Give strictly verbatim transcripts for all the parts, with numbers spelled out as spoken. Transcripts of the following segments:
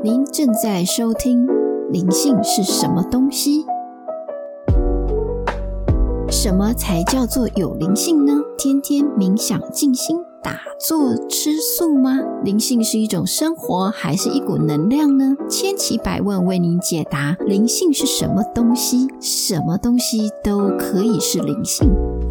您正在收听灵性是什么东西？什么才叫做有灵性呢？天天冥想静心打坐吃素吗？灵性是一种生活还是一股能量呢？千奇百问为您解答，灵性是什么东西？什么东西都可以是灵性。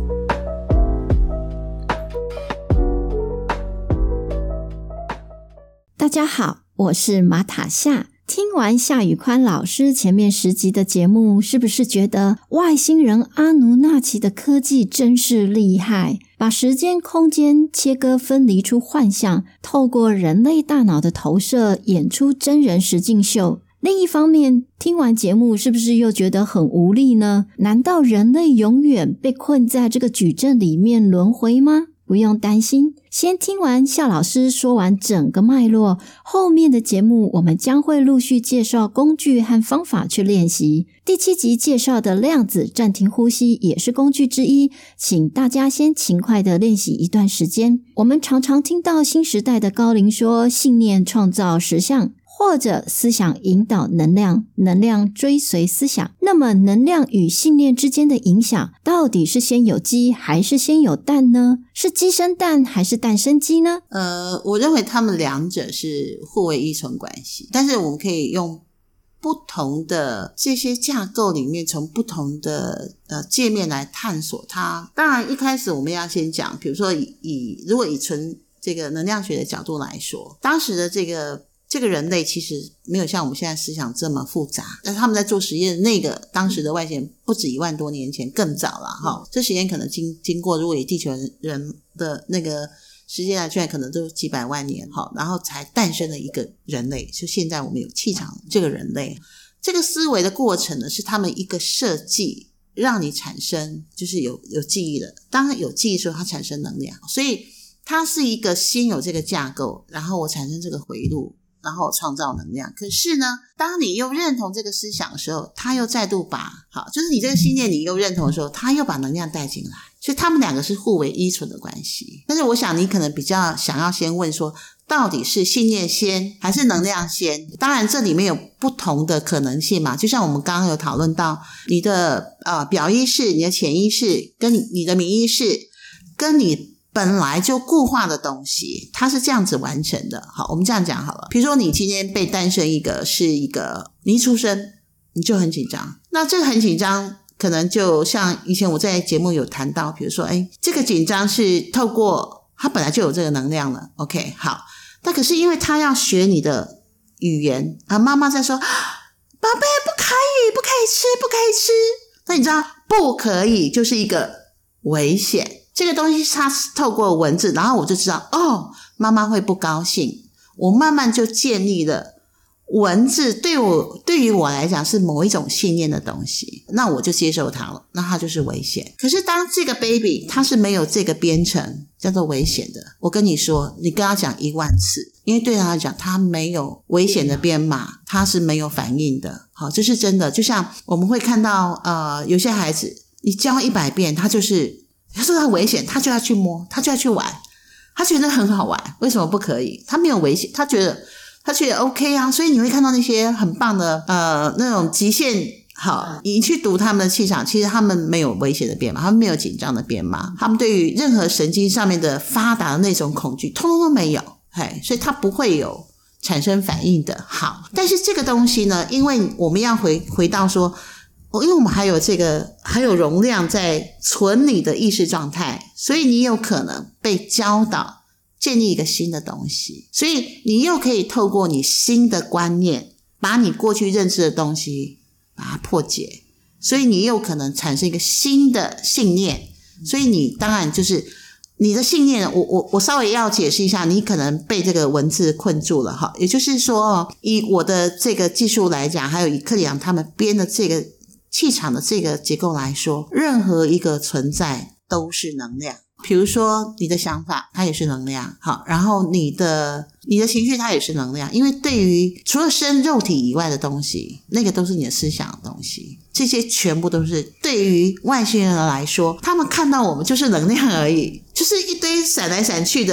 大家好，我是马塔夏。听完夏宇宽老师前面十集的节目，是不是觉得外星人阿努纳奇的科技真是厉害，把时间空间切割分离出幻象，透过人类大脑的投射演出真人实境秀？另一方面，听完节目是不是又觉得很无力呢？难道人类永远被困在这个矩阵里面轮回吗？不用担心，先听完夏老师说完整个脉络，后面的节目我们将会陆续介绍工具和方法去练习。第七集介绍的量子暂停呼吸也是工具之一，请大家先勤快的练习一段时间。我们常常听到新时代的高龄说信念创造实相，或者思想引导能量，能量追随思想。那么能量与信念之间的影响，到底是先有鸡还是先有蛋呢？是鸡生蛋还是蛋生鸡呢？ 呃，我认为他们两者是互为依存关系，但是我们可以用不同的这些架构里面，从不同的呃界面来探索它。当然一开始我们要先讲，比如说以以如果以纯这个能量学的角度来说，当时的这个这个人类其实没有像我们现在思想这么复杂，但是他们在做实验，那个当时的外星人不止一万多年前，更早了哈、嗯。这实验可能经经过，如果以地球人的那个时间来算，可能都几百万年哈，然后才诞生了一个人类，就现在我们有气场这个人类。这个思维的过程呢，是他们一个设计，让你产生就是有有记忆的。当有记忆的时候，它产生能量，所以它是一个先有这个架构，然后我产生这个回路。然后创造能量。可是呢，当你又认同这个思想的时候，他又再度把好，就是你这个信念你又认同的时候，他又把能量带进来，所以他们两个是互为依存的关系。但是我想你可能比较想要先问说，到底是信念先还是能量先？当然这里面有不同的可能性嘛，就像我们刚刚有讨论到你的呃表意识、你的潜意识跟你你的明意识跟你本来就固化的东西，它是这样子完成的。好，我们这样讲好了。比如说你今天被诞生一个是一个你一出生你就很紧张，那这个很紧张可能就像以前我在节目有谈到，比如说诶这个紧张是透过它本来就有这个能量了 OK 好，那可是因为他要学你的语言啊，妈妈在说宝贝不可以不可以吃不可以吃，那你知道不可以就是一个危险，这个东西它是透过文字，然后我就知道哦，妈妈会不高兴，我慢慢就建立了文字对我对于我来讲是某一种信念的东西，那我就接受它了，那它就是危险。可是当这个 baby 它是没有这个编程叫做危险的，我跟你说你跟他讲一万次，因为对他来讲他没有危险的编码，他是没有反应的。好，这是真的。就像我们会看到呃，有些孩子你教一百遍他就是他说他危险，他就要去摸，他就要去玩，他觉得很好玩，为什么不可以？他没有危险，他觉得他觉得 OK 啊，所以你会看到那些很棒的呃那种极限。好，你去读他们的气场，其实他们没有危险的编码，他们没有紧张的编码，他们对于任何神经上面的发达的那种恐惧通通都没有，嘿，所以他不会有产生反应的。好，但是这个东西呢，因为我们要回回到说因为我们还有这个还有容量在存你的意识状态，所以你有可能被教导建立一个新的东西，所以你又可以透过你新的观念把你过去认知的东西把它破解，所以你有可能产生一个新的信念，所以你当然就是你的信念我我我稍微要解释一下，你可能被这个文字困住了哈。也就是说以我的这个技术来讲，还有以克里昂他们编的这个气场的这个结构来说，任何一个存在都是能量。比如说你的想法它也是能量，好，然后你的你的情绪它也是能量，因为对于除了身肉体以外的东西，那个都是你的思想的东西，这些全部都是对于外星人来说，他们看到我们就是能量而已，就是一堆闪来闪去的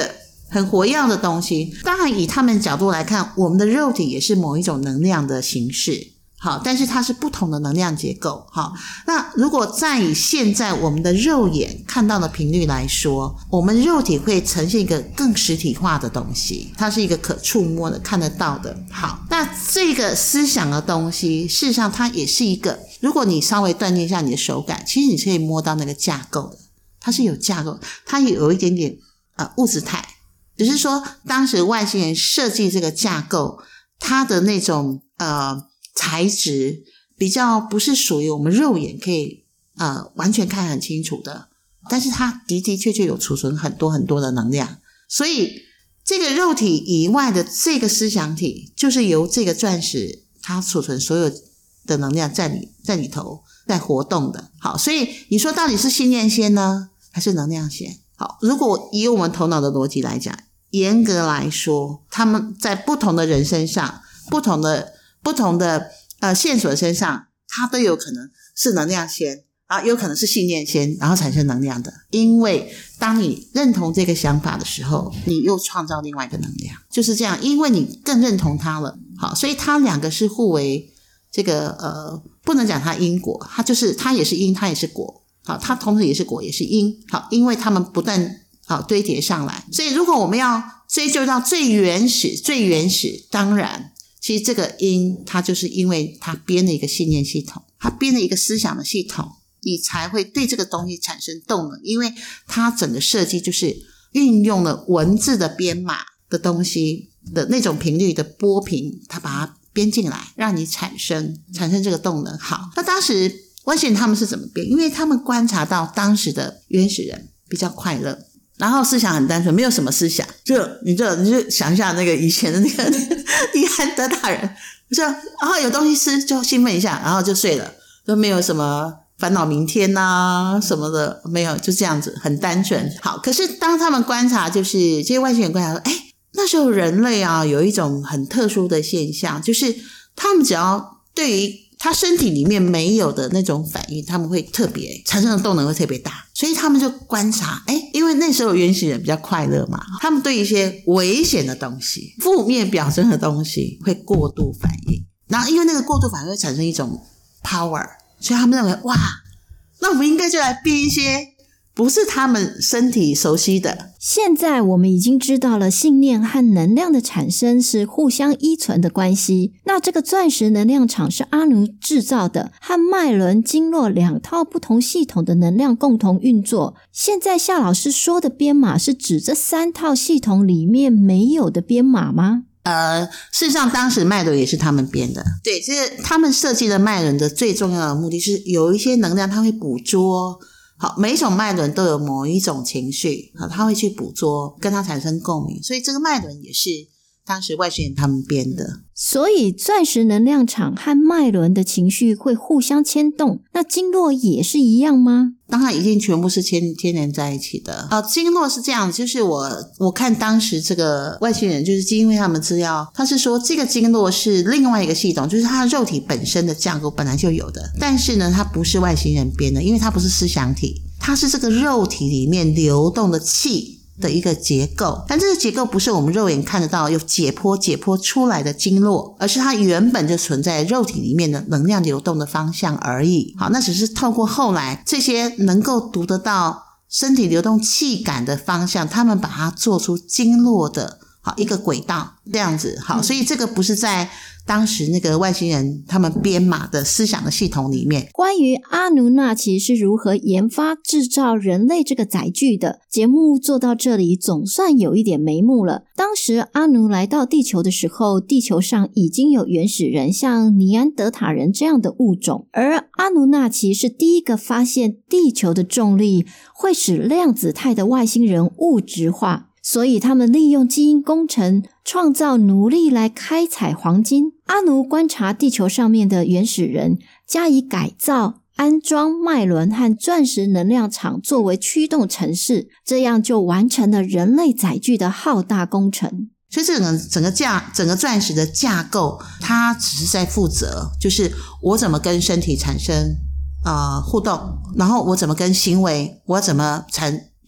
很活跃的东西。当然以他们角度来看，我们的肉体也是某一种能量的形式，好，但是它是不同的能量结构。好，那如果再以现在我们的肉眼看到的频率来说，我们肉体会呈现一个更实体化的东西，它是一个可触摸的，看得到的。好，那这个思想的东西事实上它也是一个，如果你稍微锻炼一下你的手感，其实你可以摸到那个架构的，它是有架构，它也有一点点呃物质态，只是说当时外星人设计这个架构，它的那种呃材质比较不是属于我们肉眼可以呃完全看很清楚的，但是它的的确确有储存很多很多的能量，所以这个肉体以外的这个思想体就是由这个钻石它储存所有的能量在里在里头在活动的。好，所以你说到底是信念先呢还是能量先？好，如果以我们头脑的逻辑来讲，严格来说他们在不同的人身上不同的不同的呃线索身上，它都有可能是能量先啊，有可能是信念先，然后产生能量的。因为当你认同这个想法的时候，你又创造另外一个能量，就是这样，因为你更认同它了。好，所以它两个是互为这个呃，不能讲它因果，它就是它也是因，它也是果。好，它同时也是果，也是因。好，因为它们不断好堆叠上来，所以如果我们要追究到最原始最原始，当然其实这个因它就是因为它编了一个信念系统，它编了一个思想的系统，你才会对这个东西产生动能，因为它整个设计就是运用了文字的编码的东西的那种频率的波频，它把它编进来，让你产生产生这个动能。好，那当时外星人他们是怎么编？因为他们观察到当时的原始人比较快乐，然后思想很单纯，没有什么思想，就你就你就想一下那个以前的那个尼安德大人，就然后有东西吃就兴奋一下，然后就睡了，都没有什么烦恼明天啊什么的，没有，就这样子很单纯。好，可是当他们观察，就是这些外星人观察说，诶那时候人类啊有一种很特殊的现象，就是他们只要对于他身体里面没有的那种反应，他们会特别产生的动能会特别大，所以他们就观察，诶因为那时候原始人比较快乐嘛，他们对一些危险的东西负面表征的东西会过度反应，然后因为那个过度反应会产生一种 power， 所以他们认为哇，那我们应该就来编一些不是他们身体熟悉的。 现在我们已经知道了信念和能量的产生是互相依存的关系。那这个钻石能量场是阿努制造的，和脉轮经络两套不同系统的能量共同运作。现在夏老师说的编码是指这三套系统里面没有的编码吗？ 呃，事实上当时脉轮也是他们编的。对，这是他们设计的脉轮的最重要的目的是有一些能量它会捕捉，好，每一种脉轮都有某一种情绪，好，它会去捕捉，跟它产生共鸣，所以这个脉轮也是当时外星人他们编的。 所以钻石能量场和脉轮的情绪会互相牵动，那经络也是一样吗？ 当然一定全部是牵牵连在一起的。呃，经络是这样，就是我我看当时这个外星人就是因为他们资料，他是说这个经络是另外一个系统，就是它的肉体本身的架构本来就有的，但是呢它不是外星人编的，因为它不是思想体，它是这个肉体里面流动的气的一个结构，但这个结构不是我们肉眼看得到有解剖解剖出来的经络，而是它原本就存在肉体里面的能量流动的方向而已。好，那只是透过后来这些能够读得到身体流动气感的方向，他们把它做出经络的好一个轨道这样子。好，所以这个不是在当时那个外星人他们编码的思想的系统里面。 关于阿努纳奇是如何研发制造人类这个载具的，节目做到这里总算有一点眉目了。当时阿努来到地球的时候，地球上已经有原始人像尼安德塔人这样的物种，而阿努纳奇是第一个发现地球的重力会使量子态的外星人物质化，所以他们利用基因工程创造奴隶来开采黄金。阿努观察地球上面的原始人，加以改造，安装脉轮和钻石能量场作为驱动程式，这样就完成了人类载具的浩大工程。 所以整个整个架整个钻石的架构，它只是在负责就是我怎么跟身体产生呃互动，然后我怎么跟行为，我怎么产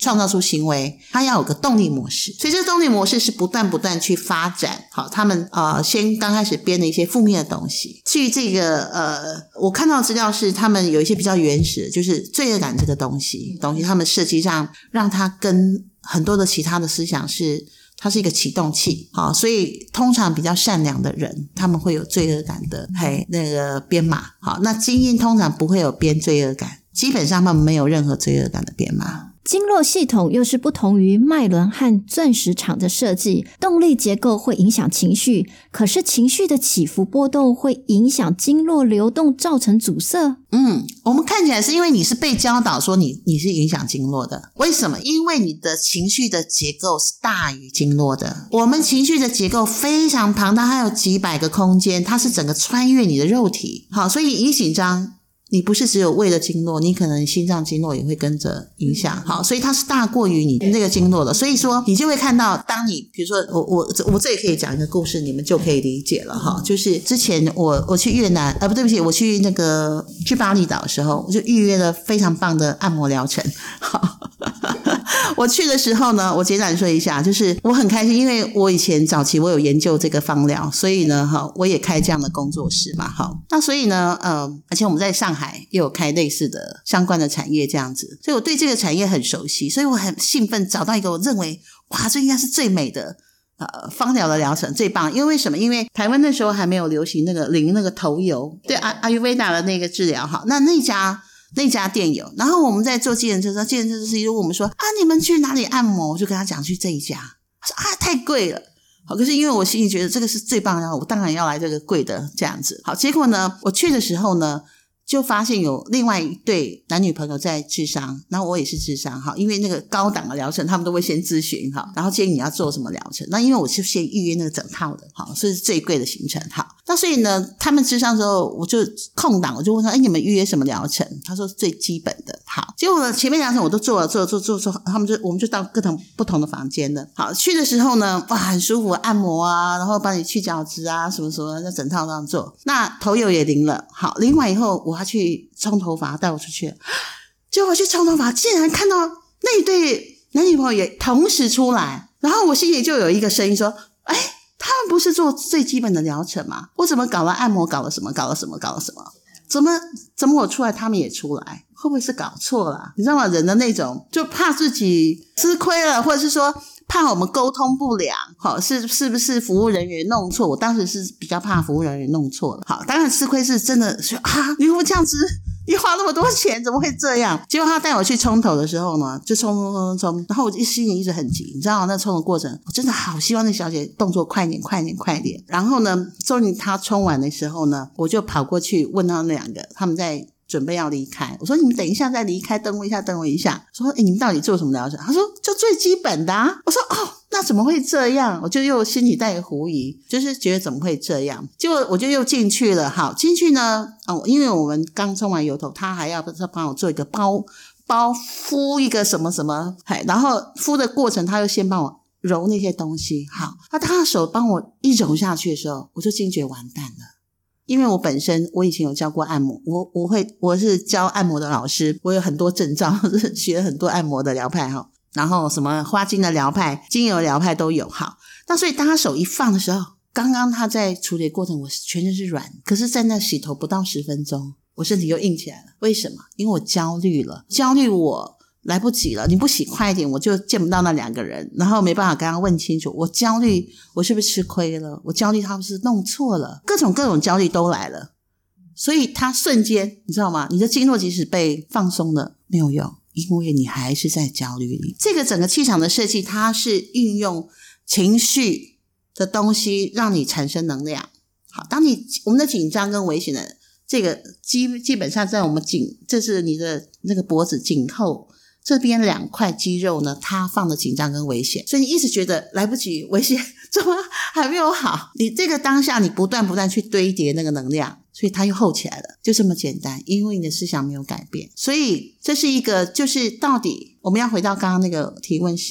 创造出行为，它要有个动力模式，所以这个动力模式是不断不断去发展。好，他们呃先刚开始编了一些负面的东西。至于这个呃，我看到的资料是他们有一些比较原始的，就是罪恶感这个东西，东西他们设计上让它跟很多的其他的思想是。它是一个启动器，好，所以通常比较善良的人，他们会有罪恶感的，嘿，那个编码，好，那精英通常不会有编罪恶感，基本上他们没有任何罪恶感的编码。 经络系统又是不同于脉轮和钻石场的设计，动力结构会影响情绪，可是情绪的起伏波动会影响经络流动，造成阻塞。 嗯，我们看起来是因为你是被教导说你你是影响经络的，为什么？因为你的情绪的结构是大于经络的。我们情绪的结构非常庞大，它有几百个空间，它是整个穿越你的肉体。好，所以一紧张你不是只有胃的经络，你可能心脏经络也会跟着影响。好，所以它是大过于你那个经络的。所以说你就会看到，当你比如说我我我这也可以讲一个故事，你们就可以理解了哈。就是之前我我去越南，呃不对不起，我去那个去巴厘岛的时候，我就预约了非常棒的按摩疗程。好。我去的时候呢，我简短说一下，就是我很开心，因为我以前早期我有研究这个芳疗，所以呢哈，我也开这样的工作室嘛，哈。那所以呢呃而且我们在上海也有开类似的相关的产业这样子，所以我对这个产业很熟悉，所以我很兴奋找到一个我认为哇这应该是最美的呃芳疗的疗程，最棒。因为为什么？因为台湾那时候还没有流行那个淋那个头油，对阿育吠陀的那个治疗，好，那那家那家店有，然后我们在做计程车的时候，计程车司机就问我们说啊你们去哪里按摩，我就跟他讲去这一家，他说啊太贵了。好，可是因为我心里觉得这个是最棒的，我当然要来这个贵的这样子。好，结果呢我去的时候呢就发现有另外一对男女朋友在咨商，然后我也是咨商，好，因为那个高档的疗程他们都会先咨询，好，然后建议你要做什么疗程，那因为我就先预约那个整套的，好，所以是最贵的行程。好，那所以呢他们咨商之后我就空档，我就问他哎，你们预约什么疗程？他说最基本的。好，结果呢前面疗程我都做了做了做做做，他们就我们就到各种不同的房间了。好，去的时候呢哇很舒服，按摩啊，然后帮你去角质啊什么什么，那整套这样做，那头油也淋了。好，淋完以后我要去冲头发，带我出去，结果我去冲头发竟然看到那一对男女朋友也同时出来，然后我心里就有一个声音说哎，他们不是做最基本的疗程吗？我怎么搞了按摩搞了什么搞了什么搞了什么，怎么怎么我出来他们也出来，会不会是搞错了？你知道吗？人的那种就怕自己吃亏了，或者是说怕我们沟通不良，好，是是不是服务人员弄错？我当时是比较怕服务人员弄错了。好，当然吃亏是真的说啊，你怎么这样子？你花那么多钱怎么会这样？结果他带我去冲头的时候呢，就冲冲冲冲，然后我心里一直很急，你知道那冲的过程我真的好希望那小姐动作快点快点快点。然后呢终于她冲完的时候呢，我就跑过去问他们两个，他们在准备要离开，我说你们等一下再离开，等我一下等我一下，说诶你们到底做什么疗程？他说就最基本的啊。我说哦那怎么会这样？我就又心里带狐疑，就是觉得怎么会这样。结果我就又进去了。好，进去呢哦，因为我们刚冲完油头，他还要帮我做一个包包敷一个什么什么，然后敷的过程他又先帮我揉那些东西。好，那他的手帮我一揉下去的时候，我就惊觉完蛋了。因为我本身我以前有教过按摩，我我会我是教按摩的老师，我有很多证照，学了很多按摩的疗派哈，然后什么花精的疗派、精油疗派都有。好，那所以当他手一放的时候，刚刚他在处理的过程我全身是软，可是在那洗头不到十分钟，我身体又硬起来了。为什么？因为我焦虑了，焦虑我来不及了，你不洗快一点我就见不到那两个人，然后没办法跟他问清楚，我焦虑我是不是吃亏了，我焦虑他们是弄错了，各种各种焦虑都来了。所以他瞬间你知道吗，你的经络即使被放松了没有用，因为你还是在焦虑里。这个整个气场的设计它是运用情绪的东西让你产生能量。好，当你我们的紧张跟危险的这个基基本上在我们颈，这是你的那个脖子颈后这边两块肌肉呢，它放的紧张跟危险，所以你一直觉得来不及，危险怎么还没有好，你这个当下你不断不断去堆叠那个能量，所以它又厚起来了，就这么简单。因为你的思想没有改变，所以这是一个就是到底我们要回到刚刚那个提问是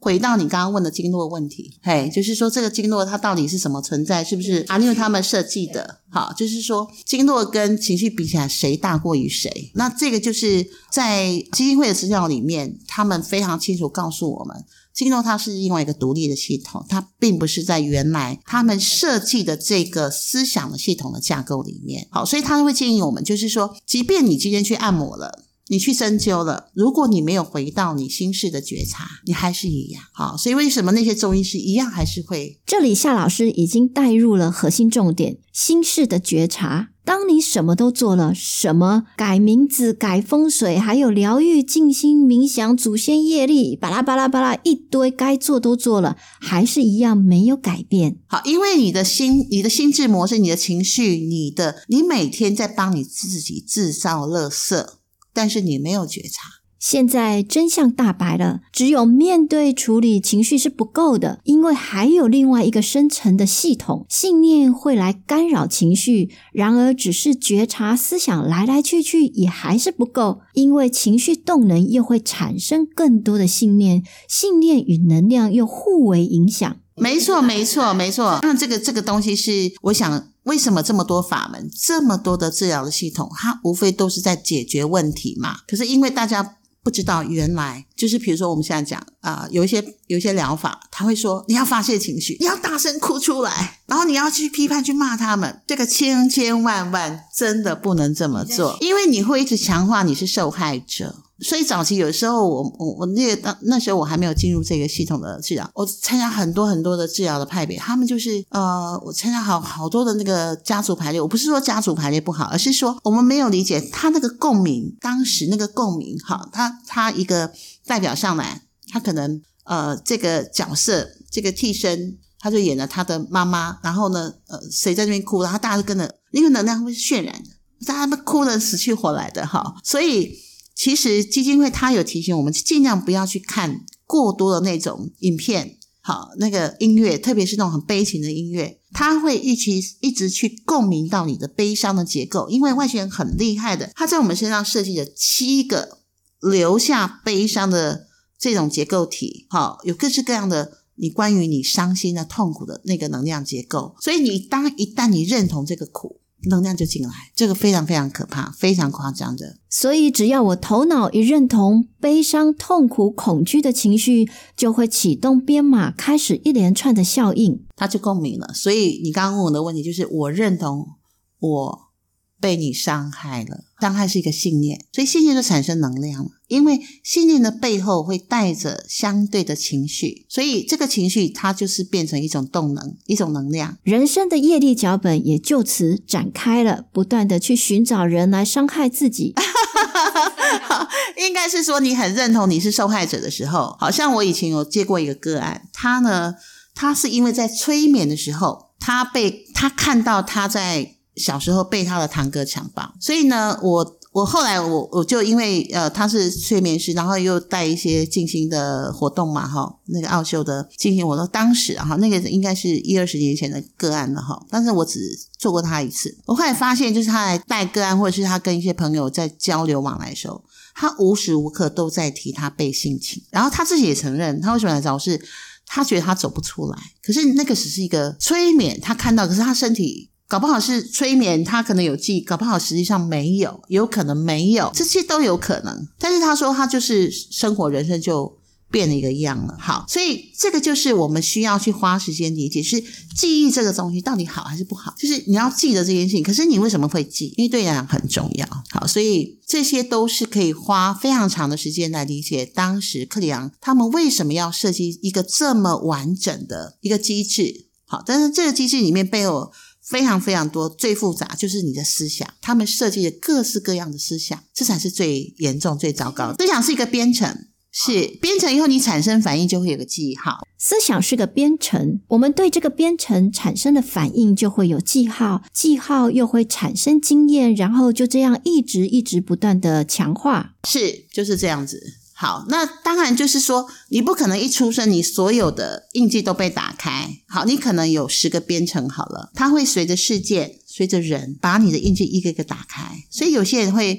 回到你刚刚问的经络问题，嘿，就是说这个经络它到底是什么存在，是不是阿妞他们设计的？好，就是说经络跟情绪比起来谁大过于谁？那这个就是在基金会的资料里面，他们非常清楚告诉我们，经络它是另外一个独立的系统，它并不是在原来他们设计的这个思想的系统的架构里面。好，所以他会建议我们，就是说即便你今天去按摩了，你去针灸了，如果你没有回到你心事的觉察，你还是一样。好，所以为什么那些中医师一样还是会？ 这里夏老师已经带入了核心重点，心事的觉察。当你什么都做了，什么改名字、改风水，还有疗愈、静心、冥想、祖先业力，巴拉巴拉巴拉一堆该做都做了，还是一样没有改变。 好，因为你的心你的心智模式，你的情绪，你的你每天在帮你自己制造垃圾，但是你没有觉察。 现在真相大白了，只有面对处理情绪是不够的，因为还有另外一个深层的系统，信念会来干扰情绪，然而只是觉察思想来来去去也还是不够，因为情绪动能又会产生更多的信念，信念与能量又互为影响。 没错没错没错，那这个这个东西是我想为什么这么多法门，这么多的治疗的系统，它无非都是在解决问题嘛。可是因为大家不知道原来就是比如说我们现在讲啊、呃，有一些有一些疗法他会说你要发泄情绪，你要大声哭出来，然后你要去批判去骂他们，这个千千万万真的不能这么做，因为你会一直强化你是受害者。所以早期有时候我我我那个那时候我还没有进入这个系统的治疗，我参加很多很多的治疗的派别，他们就是呃我参加好好多的那个家族排列，我不是说家族排列不好，而是说我们没有理解他那个共鸣，当时那个共鸣，好，他他一个代表上来，他可能呃这个角色这个替身他就演了他的妈妈，然后呢呃谁在那边哭，然后大家就跟着那个能量会渲染的，大家都哭得死去活来的哈。所以其实基金会他有提醒我们尽量不要去看过多的那种影片，好，那个音乐特别是那种很悲情的音乐，他会一起一直去共鸣到你的悲伤的结构，因为外星人很厉害的，他在我们身上设计了七个留下悲伤的这种结构体，好，有各式各样的你关于你伤心的痛苦的那个能量结构，所以你当一旦你认同这个苦，能量就进来，这个非常非常可怕，非常夸张的。 所以只要我头脑一认同悲伤、痛苦、恐惧的情绪，就会启动编码，开始一连串的效应， 它就共鸣了。所以你刚刚问我的问题就是我认同我被你伤害了，伤害是一个信念，所以信念就产生能量了，因为信念的背后会带着相对的情绪，所以这个情绪它就是变成一种动能，一种能量， 人生的业力脚本也就此展开了，不断的去寻找人来伤害自己应该是说你很认同你是受害者的时候，好像我以前有接过一个个案，他呢他是因为在催眠的时候，他被他看到他在小时候被他的堂哥强暴，所以呢我我后来我我就因为呃他是催眠师，然后又带一些静心的活动嘛齁，那个奥修的静心活动，当时啊那个应该是一二十年前的个案了齁，但是我只做过他一次。我后来发现就是他来带个案，或者是他跟一些朋友在交流往来的时候，他无时无刻都在提他被性侵，然后他自己也承认他为什么来找我是他觉得他走不出来，可是那个只是一个催眠他看到，可是他身体搞不好是催眠他可能有记，搞不好实际上没有，有可能没有，这些都有可能，但是他说他就是生活人生就变了一个样了。好，所以这个就是我们需要去花时间理解，是记忆这个东西到底好还是不好，就是你要记得这件事情，可是你为什么会记，因为对你来讲很重要。好，所以这些都是可以花非常长的时间来理解当时克里昂他们为什么要设计一个这么完整的一个机制。好，但是这个机制里面背后非常非常多，最复杂就是你的思想，他们设计了各式各样的思想，这才是最严重最糟糕的。思想是一个编程，是编程以后你产生反应就会有个记号， 思想是个编程，我们对这个编程产生的反应就会有记号，记号又会产生经验，然后就这样一直一直不断的强化， 是就是这样子。好，那当然就是说你不可能一出生你所有的印记都被打开，好，你可能有十个编程好了，它会随着事件随着人把你的印记一个一个打开，所以有些人会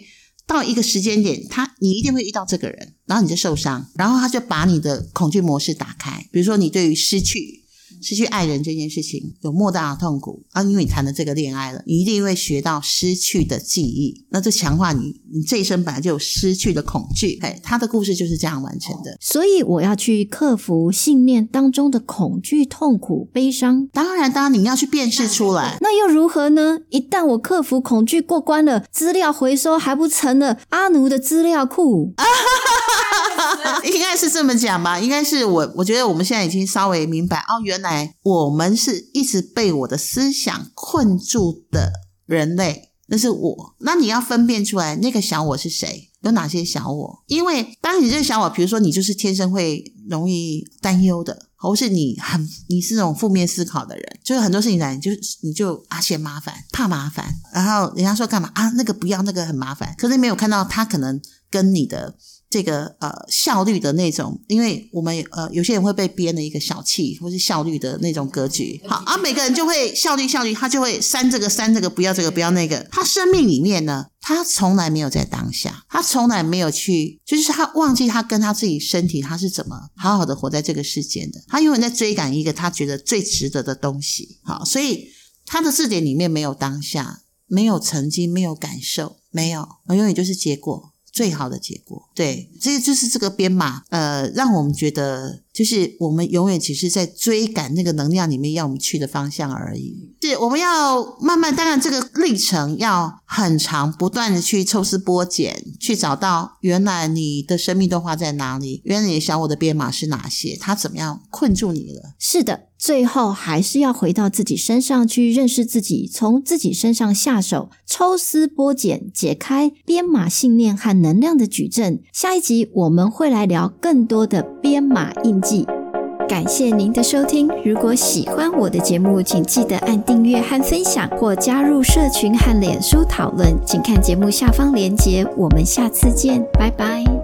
到一个时间点，他你一定会遇到这个人，然后你就受伤，然后他就把你的恐惧模式打开。比如说你对于失去失去爱人这件事情有莫大的痛苦啊，因为你谈了这个恋爱了，你一定会学到失去的记忆，那这强化你你这一生本来就有失去的恐惧。嘿，他的故事就是这样完成的。 所以我要去克服信念当中的恐惧、痛苦、悲伤。 当然当然你要去辨识出来。 那又如何呢？一旦我克服恐惧过关了，资料回收还不成了阿奴的资料库？ 应该是这么讲吧，应该是我我觉得我们现在已经稍微明白哦，原来我们是一直被我的思想困住的人类，那是我。那你要分辨出来那个小我是谁，有哪些小我。因为当你这个小我，比如说你就是天生会容易担忧的，或是你很你是那种负面思考的人，就是很多事情来你就你就啊嫌麻烦，怕麻烦，然后人家说干嘛啊那个不要，那个很麻烦，可是没有看到他可能跟你的这个呃效率的那种，因为我们呃有些人会被编了一个小气或是效率的那种格局，好啊，每个人就会效率效率，他就会删这个删这个，不要这个不要那个。他生命里面呢，他从来没有在当下，他从来没有去，就是他忘记他跟他自己身体他是怎么好好的活在这个世间的，他永远在追赶一个他觉得最值得的东西。好，所以他的字典里面没有当下，没有曾经，没有感受，没有，永远就是结果，最好的结果。对，这就是这个编码呃，让我们觉得就是我们永远只是在追赶那个能量里面要我们去的方向而已。是我们要慢慢，当然这个历程要很长，不断的去抽丝剥茧，去找到原来你的生命动画在哪里，原来你的小我的编码是哪些，它怎么样困住你了。 是的，最后还是要回到自己身上去认识自己，从自己身上下手，抽丝剥茧，解开编码信念和能量的矩阵。下一集我们会来聊更多的编码印记。感谢您的收听，如果喜欢我的节目，请记得按订阅和分享，或加入社群和脸书讨论，请看节目下方连结。我们下次见，拜拜。